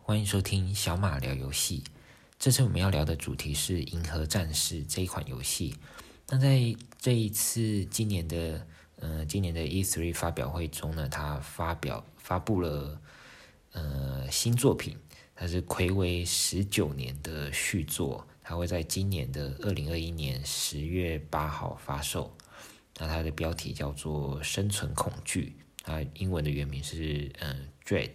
欢迎收听小马聊游戏。这次我们要聊的主题是《银河战士》这一款游戏。那在这一次今年的 E3 发表会中呢，它发布了新作品，它是睽违19年的续作，它会在今年的2021年10月8号发售。那它的标题叫做《生存恐惧》，它英文的原名是Dread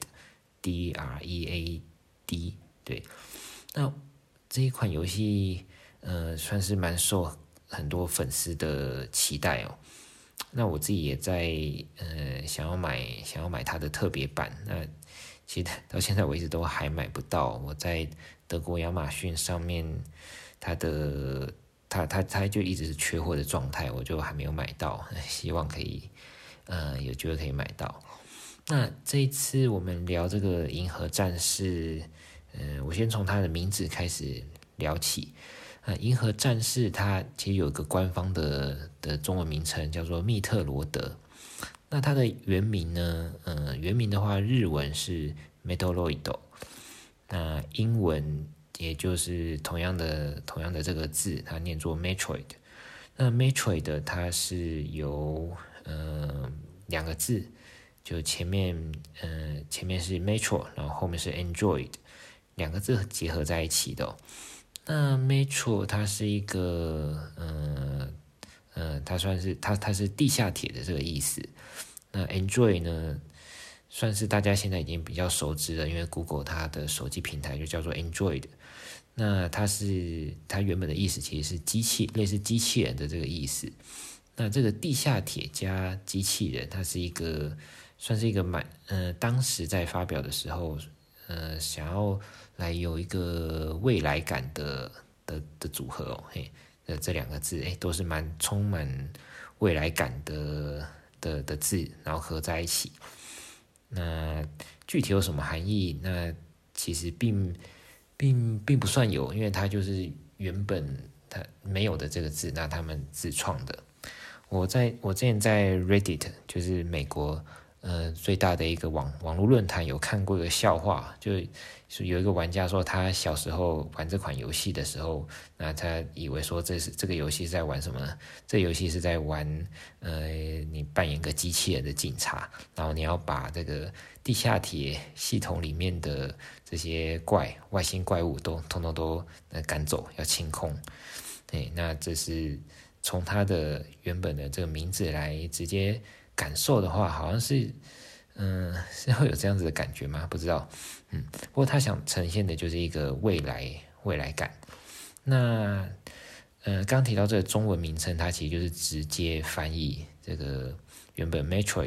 D-R-E-A-D。 对，那这一款游戏算是蛮受很多粉丝的期待哦。那我自己也在想要买它的特别版。那其实到现在我一直都还买不到。我在德国亚马逊上面，它就一直是缺货的状态，我就还没有买到，希望可以有机会可以买到。那这一次我们聊这个银河战士，我先从它的名字开始聊起。银河战士它其实有一个官方的中文名称叫做密特罗德。那它的原名呢，原名的话日文是 Metaloid， 那英文也就是同样的这个字，它念作 Metroid。那 Metroid 它是由两个字，就前面是 Metro， 然后后面是 Android， 两个字结合在一起的哦。那 Metro 它是一个它是地下铁的这个意思。那 Android 呢，算是大家现在已经比较熟知了，因为 Google 它的手机平台就叫做 Android。那它原本的意思其实是类似机器人的这个意思。那这个地下铁加机器人，它是算是一个当时在发表的时候，想要来有一个未来感的组合哦。这两个字都是蛮充满未来感的字，然后合在一起。那具体有什么含义？那其实并不算有，因为它就是原本它没有的这个字，那他们自创的。我之前在 Reddit， 就是美国最大的一个网络论坛，有看过一个笑话，就是有一个玩家说他小时候玩这款游戏的时候，那他以为说这个游戏是在玩什么呢？这个游戏是在玩你扮演个机器人的警察，然后你要把这个地下铁系统里面的这些外星怪物通通都赶走，要清空。那这是从它的原本的这个名字来直接感受的话，好像是是会有这样子的感觉吗？不知道。不过他想呈现的就是一个未来感。那刚提到这个中文名称，它其实就是直接翻译这个原本 Metroid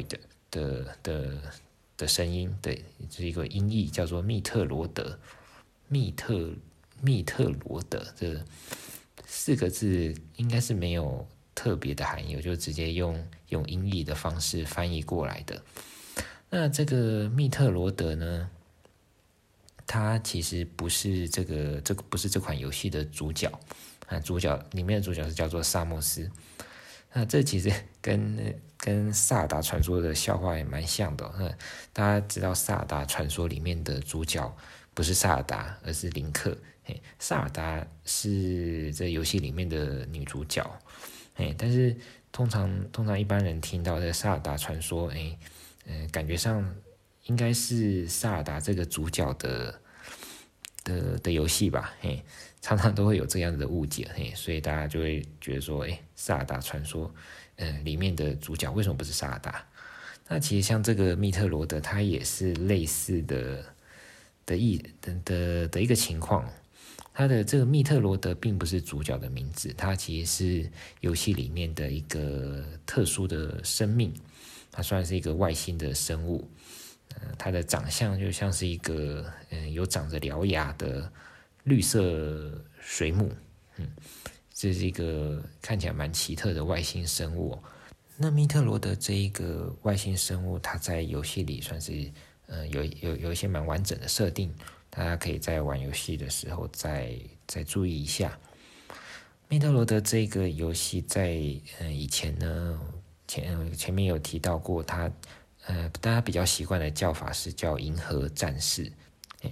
的声音，对，就是一个音译叫做密特罗德。密特罗德这4个字应该是没有特别的含义，我就直接用音译的方式翻译过来的。那这个密特罗德呢，他其实不是不是这款游戏的主角。里面的主角是叫做萨莫斯。那这其实跟萨尔达传说的笑话也蛮像的哦。大家知道萨尔达传说里面的主角不是萨尔达，而是林克。萨尔达是这游戏里面的女主角。但是通常一般人听到的萨尔达传说，感觉上应该是萨尔达这个主角的游戏吧。常常都会有这样的误解。所以大家就会觉得说，萨尔达传说里面的主角为什么不是萨尔达？那其实像这个密特罗德，它也是类似的一个情况。它的这个密特罗德并不是主角的名字，它其实是游戏里面的一个特殊的生命。它算是一个外星的生物。它的长相就像是一个有长着獠牙的绿色水母。这是一个看起来蛮奇特的外星生物哦。那密特罗德这一个外星生物，它在游戏里算是有一些蛮完整的设定，大家可以在玩游戏的时候再注意一下。密特罗德这个游戏在以前呢，前面有提到过，大家比较习惯的叫法是叫银河战士。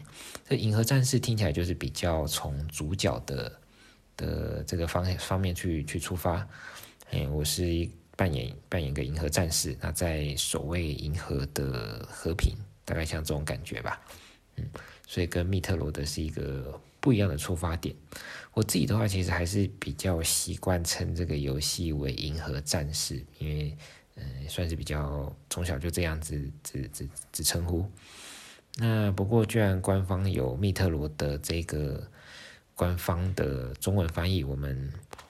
这银河战士听起来就是比较从主角的这个方面去出发。我是扮演一个银河战士，那在守卫银河的和平，大概像这种感觉吧。所以跟密特罗德是一个不一样的出发点。我自己的话，其实还是比较习惯称这个游戏为银河战士，因为算是比较从小就这样子只称呼。那不过居然官方有密特罗德这个官方的中文翻译，我们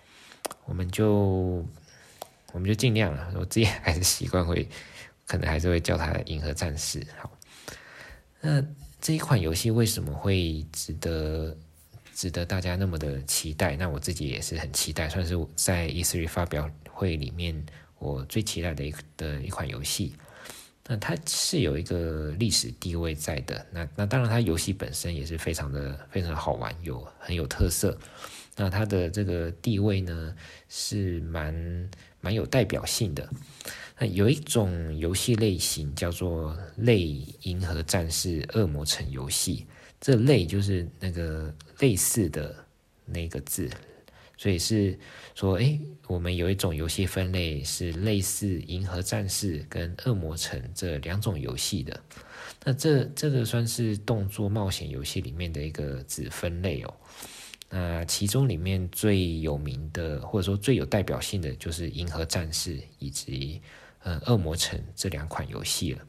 就尽量了。我自己还是习惯可能还是会叫它银河战士。好，那这一款游戏为什么会值得大家那么的期待？那我自己也是很期待，算是在 E3 发表会里面我最期待的一款游戏。那它是有一个历史地位在的，那当然它游戏本身也是非常的好玩，很有特色。那它的这个地位呢是蛮有代表性的。那有一种游戏类型叫做类银河战士恶魔城游戏，这类就是那个类似的那个字，所以是说，我们有一种游戏分类是类似银河战士跟恶魔城这两种游戏的。那这个算是动作冒险游戏里面的一个子分类哦。那其中里面最有名的或者说最有代表性的就是银河战士以及恶魔城这两款游戏了。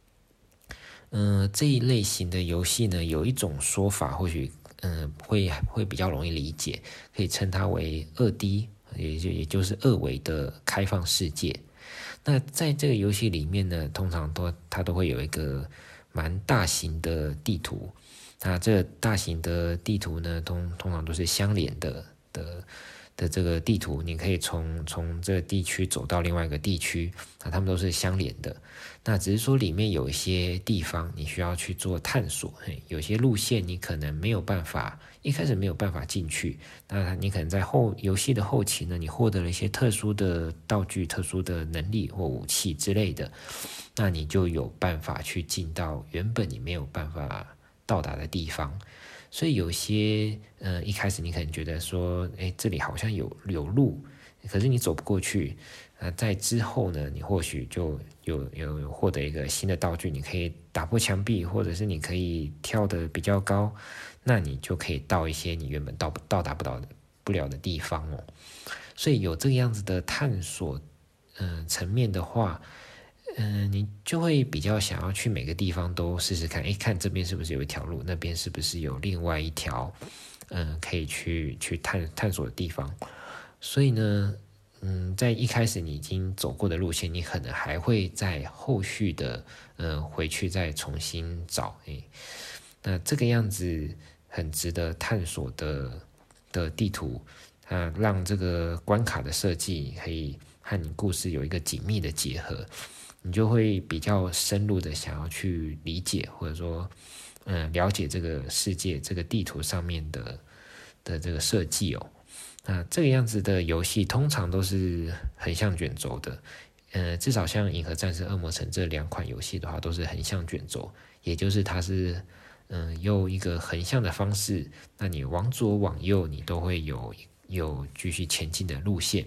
这一类型的游戏呢，有一种说法或许会比较容易理解，可以称它为2D， 也就是二维的开放世界。那在这个游戏里面呢，通常它都会有一个蛮大型的地图。那这大型的地图呢，通常都是相连的这个地图，你可以从这个地区走到另外一个地区，那它们都是相连的。那只是说里面有一些地方你需要去做探索，有些路线你可能一开始没有办法进去，那你可能在游戏的后期呢，你获得了一些特殊的道具、特殊的能力或武器之类的，那你就有办法去进到原本你没有办法到达的地方。所以有些一开始你可能觉得说，这里好像有路，可是你走不过去。在之后呢，你或许就有获得一个新的道具，你可以打破墙壁，或者是你可以跳得比较高，那你就可以到一些你原本到达不了的地方哦。所以有这个样子的探索层面的话，你就会比较想要去每个地方都试试看，看这边是不是有一条路，那边是不是有另外一条可以去探索的地方。所以呢，在一开始你已经走过的路线，你可能还会在后续的回去再重新找。那这个样子很值得探索的地图，让这个关卡的设计可以和你故事有一个紧密的结合，你就会比较深入的想要去理解，或者说了解这个世界这个地图上面的这个设计哦。那这个样子的游戏通常都是横向卷轴的，至少像银河战士、恶魔城这两款游戏的话，都是横向卷轴，也就是它是用一个横向的方式，那你往左往右，你都会有继续前进的路线。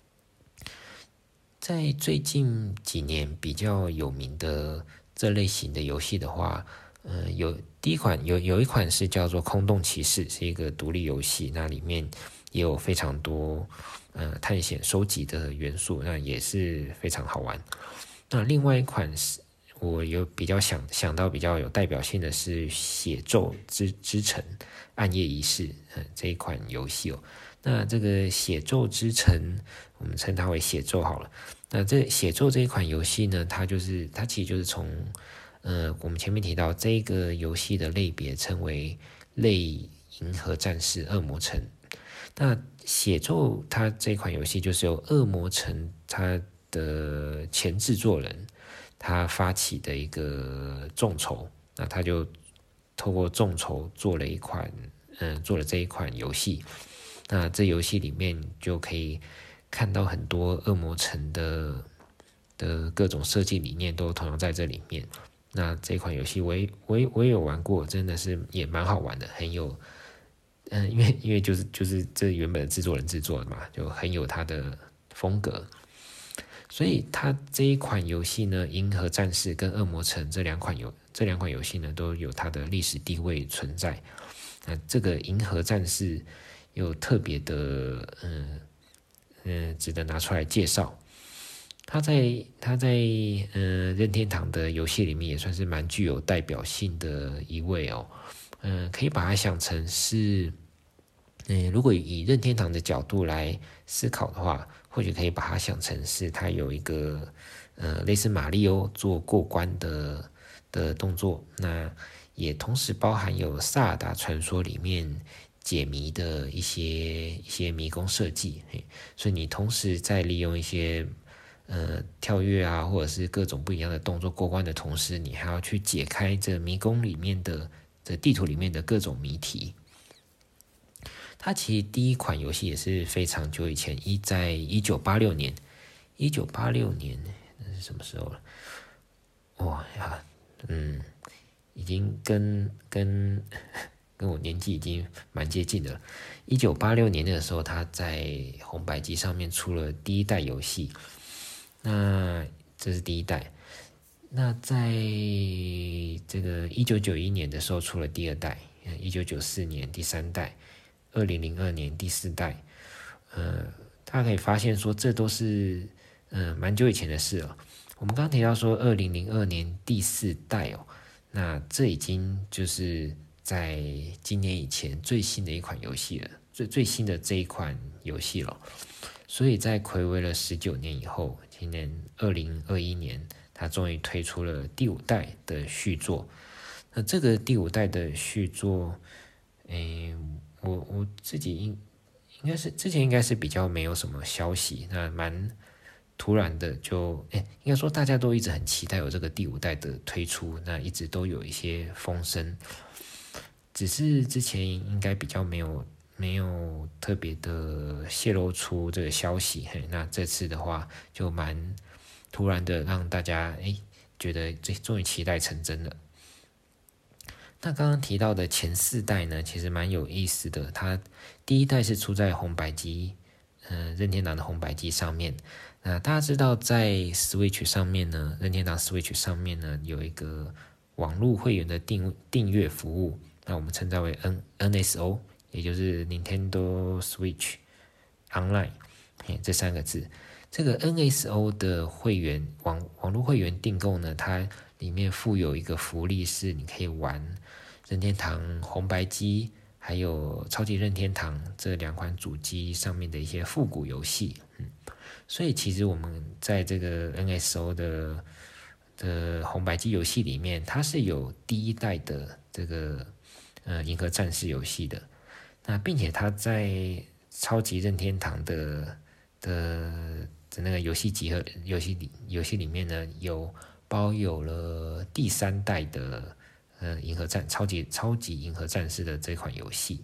在最近几年比较有名的这类型的游戏的话，有一款是叫做《空洞骑士》，是一个独立游戏，那里面也有非常多探险收集的元素，那也是非常好玩。那另外一款是我有比较想到比较有代表性的是《血咒之城：暗夜仪式》这一款游戏哦。那这个《血咒之城》，我们称它为血咒好了。那这血咒这一款游戏呢，它其实就是从我们前面提到这个游戏的类别称为类银河战士恶魔城。那血咒它这款游戏就是由恶魔城它的前制作人他发起的一个众筹，那他就透过众筹做了这一款游戏。那这游戏里面就可以看到很多恶魔城的各种设计理念都同样在这里面。 那这款游戏我也有玩过，真的是也蛮好玩的，很有因为就是这原本的制作人制作的嘛，就很有他的风格。所以它这一款游戏呢，《银河战士》跟《恶魔城》这两款游戏呢，都有它的历史地位存在。那这个《银河战士》有特别的值得拿出来介绍。他在任天堂的游戏里面也算是蛮具有代表性的一位哦。可以把它想成是，如果以任天堂的角度来思考的话，或许可以把它想成是它有一个类似马里奥做过关的动作，那也同时包含有萨尔达传说里面解谜的一些迷宫设计，所以你同时在利用一些跳跃啊，或者是各种不一样的动作过关的同时，你还要去解开这迷宫里面的地图里面的各种谜题。它其实第一款游戏也是非常久以前，在1986年，1986年那是什么时候了？哇呀，已经跟我年纪已经蛮接近的了。1986年那个时候，他在红白机上面出了第一代游戏，那这是第一代。那在这个1991年的时候出了第二代，1994年第三代，2002年第四代。大家可以发现说，这都是蛮久以前的事了。我们刚刚提到说2002年第四代哦，那这已经就是在今年以前最新的一款游戏了，最新的这一款游戏了。所以在睽违了19年以后，今年2021年，它终于推出了第五代的续作。那这个第五代的续作，我自己应该是之前应该是比较没有什么消息，那蛮突然的应该说大家都一直很期待有这个第五代的推出，那一直都有一些风声，只是之前应该比较没有特别的泄露出这个消息，那这次的话就蛮突然的，让大家觉得终于期待成真了。那刚刚提到的前四代呢，其实蛮有意思的。它第一代是出在红白机，任天堂的红白机上面。那大家知道，在 Switch 上面呢，任天堂 Switch 上面呢有一个网络会员的订阅服务，那我们称之为 NSO， 也就是 Nintendo Switch Online 这三个字。这个 NSO 的会员网络会员订购呢，它里面附有一个福利，是你可以玩任天堂红白机还有超级任天堂这两款主机上面的一些复古游戏。所以其实我们在这个 NSO 的红白机游戏里面，它是有第一代的这个银河战士游戏的。那并且它在超级任天堂的那个游戏集合游戏里面呢，有包有了第三代的超级银河战士的这款游戏。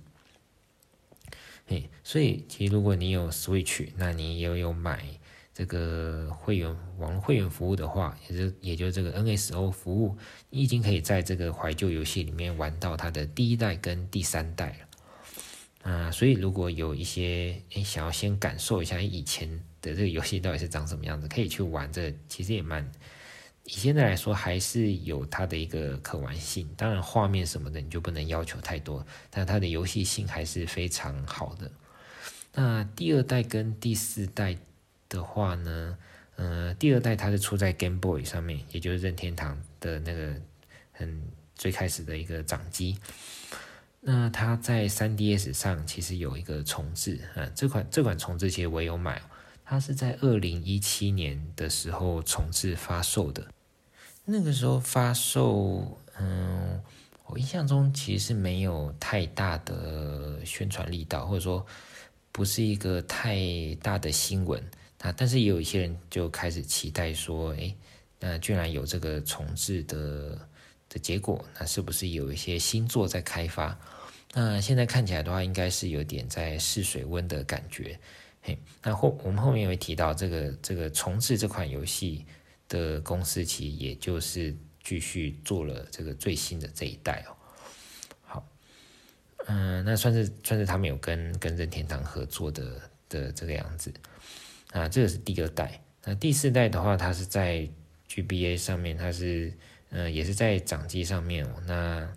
所以其实如果你有 Switch， 那你也有买这个网络会员服务的话，也就是这个 NSO 服务，你已经可以在这个怀旧游戏里面玩到它的第一代跟第三代了。所以如果有一些想要先感受一下以前的这个游戏到底是长什么样子，可以去玩这其实也以现在来说还是有它的一个可玩性。当然画面什么的你就不能要求太多，但它的游戏性还是非常好的。那第二代跟第四代的话呢，第二代它是出在 Game Boy 上面，也就是任天堂的那个最开始的一个掌机。那它在 3DS 上其实有一个重置，这款重置其实我也有买，它是在2017年的时候重置发售的。那个时候发售，我印象中其实是没有太大的宣传力道，或者说不是一个太大的新闻。但是也有一些人就开始期待说，那居然有这个重置的结果，那是不是有一些新作在开发？那现在看起来的话，应该是有点在试水温的感觉。那我们后面会提到这个重置这款游戏的公司，其实也就是继续做了这个最新的这一代哦。好，那算是他们有跟任天堂合作的这个样子啊，这个是第2代。那第4代的话，它是在 GBA 上面，它是也是在掌机上面哦。那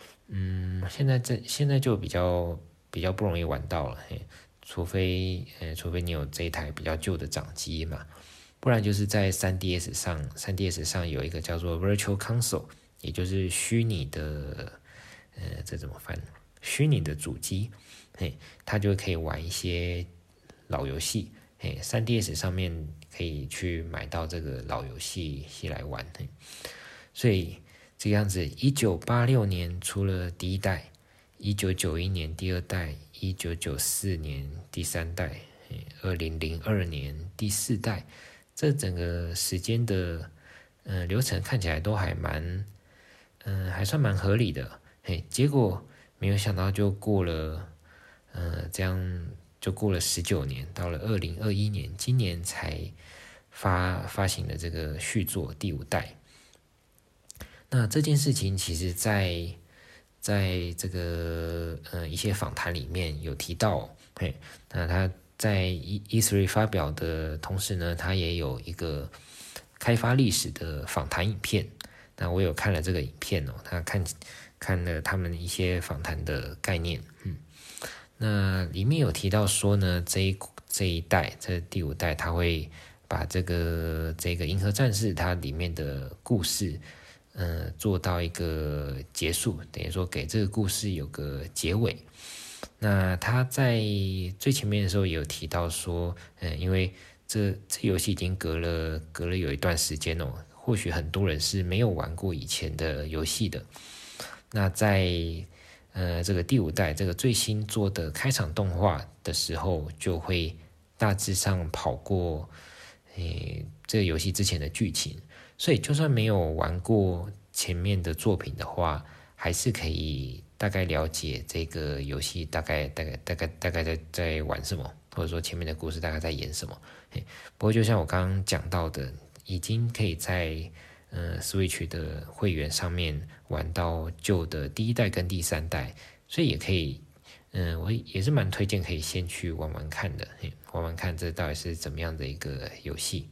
现在就比较不容易玩到了，除非你有这一台比较旧的掌机嘛，不然就是在 3DS 上有一个叫做 Virtual Console， 也就是虚拟的这怎么翻？虚拟的主机，它就可以玩一些老游戏，3DS 上面可以去买到这个老游戏来玩，所以这个样子，1986年出了第1代，1991年第2代，1994年第3代，2002年第4代，这整个时间的流程看起来都还算蛮合理的，结果没有想到就过了这样就过了19年，到了2021年，今年才发行了这个续作第5代。那这件事情其实在这个一些访谈里面有提到，那他在 E3 发表的同时呢，他也有一个开发历史的访谈影片。那我有看了这个影片哦，他看了他们一些访谈的概念，那里面有提到说呢，这一代这第5代，他会把这个银河战士它里面的故事做到一个结束，等于说给这个故事有个结尾。那他在最前面的时候也有提到说，因为这游戏已经隔了有一段时间哦，或许很多人是没有玩过以前的游戏的。那在这个第5代这个最新做的开场动画的时候，就会大致上跑过这个游戏之前的剧情。所以就算没有玩过前面的作品的话，还是可以大概了解这个游戏大概在玩什么，或者说前面的故事大概在演什么。不过就像我刚刚讲到的，已经可以在Switch 的会员上面玩到旧的第1代跟第3代，所以也可以我也是蛮推荐可以先去玩玩看的，玩玩看这到底是怎么样的一个游戏。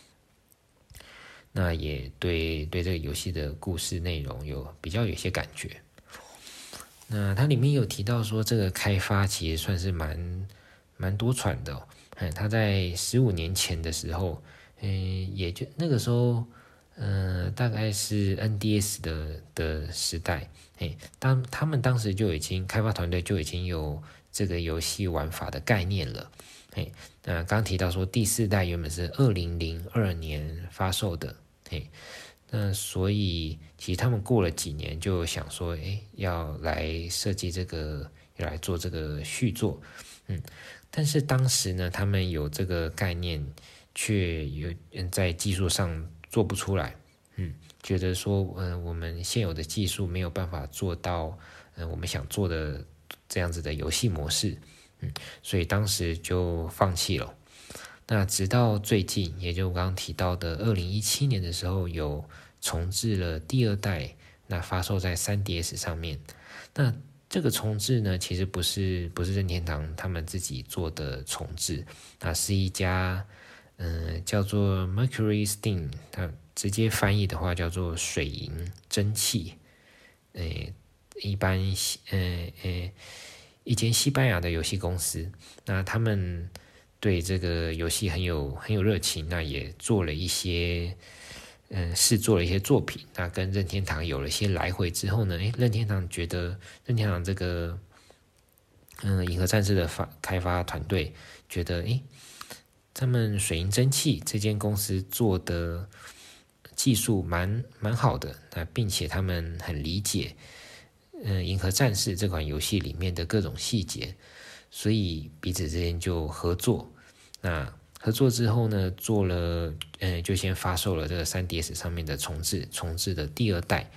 那也对这个游戏的故事内容有一些感觉。那它里面有提到说，这个开发其实算是蛮多舛的哦。它在15年前的时候，也就那个时候，大概是 NDS 的时代，他们当时开发团队就已经有这个游戏玩法的概念了。那刚提到说第4代原本是2002年发售的。那所以其实他们过了几年就想说，要来设计要来做这个续作，但是当时呢，他们有这个概念，却有在技术上做不出来，觉得说，我们现有的技术没有办法做到，我们想做的这样子的游戏模式，所以当时就放弃了。那直到最近，也就我刚刚提到的2017年的时候，有重置了第2代，那发售在 3DS 上面。那这个重置呢，其实不是任天堂他们自己做的重置，那是一家叫做 Mercury Steam， 它直接翻译的话叫做水银蒸汽，一间西班牙的游戏公司。那他们对这个游戏很有热情，那也做了一些做了一些作品，那跟任天堂有了一些来回之后呢，任天堂觉得任天堂这个银河战士的开发团队觉得他们水银蒸汽这间公司做的技术蛮好的，那并且他们很理解银河战士这款游戏里面的各种细节，所以彼此之间就合作。那合作之后呢，就先发售了这个 3DS 上面的重置的第2代。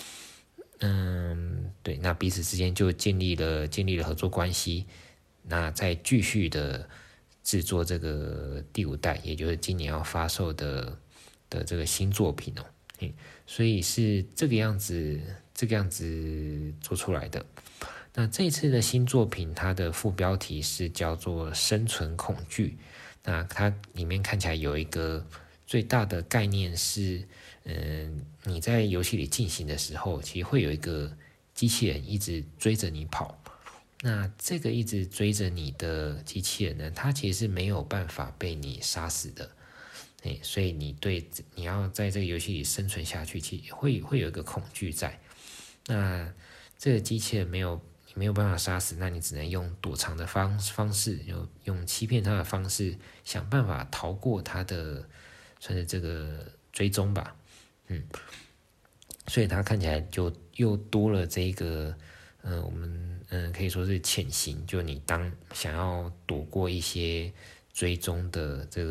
对，那彼此之间就建立了合作关系。那再继续的制作这个第5代，也就是今年要发售的这个新作品哦。 所以是这个样子做出来的。那这一次的新作品，它的副标题是叫做生存恐惧。那它里面看起来有一个最大的概念是，你在游戏里进行的时候，其实会有一个机器人一直追着你跑。那这个一直追着你的机器人呢，它其实是没有办法被你杀死的。所以你要在这个游戏里生存下去，其实会有一个恐惧在。那这个机器人你没有办法杀死，那你只能用躲藏的方式，用欺骗它的方式，想办法逃过它的算是这个追踪吧。所以它看起来就又多了这个我们可以说是潜行，就你当想要躲过一些追踪的这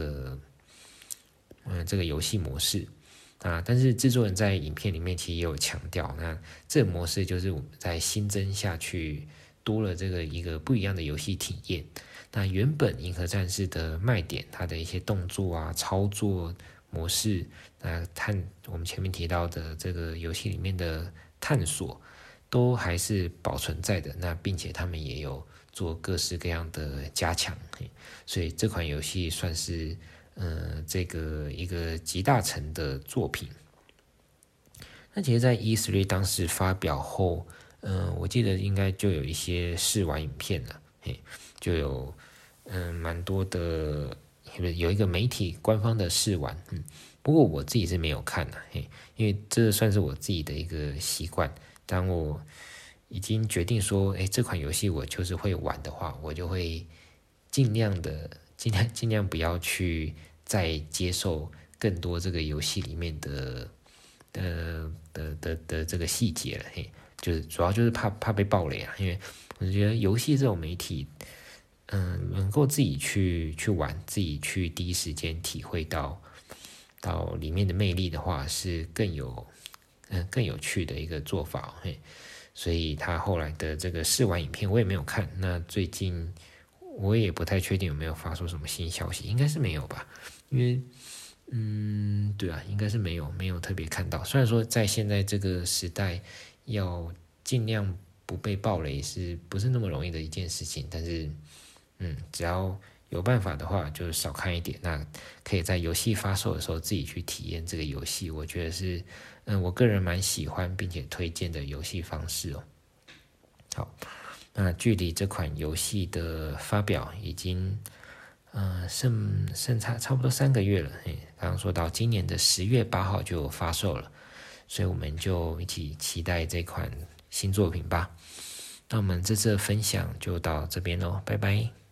个游戏模式啊，但是制作人在影片里面其实也有强调，那这个模式就是我们在新增下去多了这个一个不一样的游戏体验。那原本银河战士的卖点，它的一些动作啊、操作模式，我们前面提到的这个游戏里面的探索，都还是保存在的。那并且他们也有做各式各样的加强，所以这款游戏算是这个一个集大成的作品。那其实在 E3 当时发表后，我记得应该就有一些试玩影片了，就有蛮多的，有一个媒体官方的试玩，不过我自己是没有看的，因为这算是我自己的一个习惯。当我已经决定说，这款游戏我就是会玩的话，我就会尽量不要去再接受更多这个游戏里面的这个细节了，就是主要就是怕被爆雷啊，因为我觉得游戏这种媒体，能够自己去玩，自己去第一时间体会到里面的魅力的话，是更有趣的一个做法，所以他后来的这个试玩影片我也没有看。那最近我也不太确定有没有发出什么新消息，应该是没有吧？因为对啊，应该是没有特别看到。虽然说在现在这个时代，要尽量不被爆雷是不是那么容易的一件事情，但是只要有办法的话，就少看一点。那可以在游戏发售的时候自己去体验这个游戏，我觉得是我个人蛮喜欢并且推荐的游戏方式哦。好，那距离这款游戏的发表已经剩差不多3个月了，刚刚说到今年的10月8号就发售了，所以我们就一起期待这款新作品吧。那我们这次的分享就到这边咯，拜拜。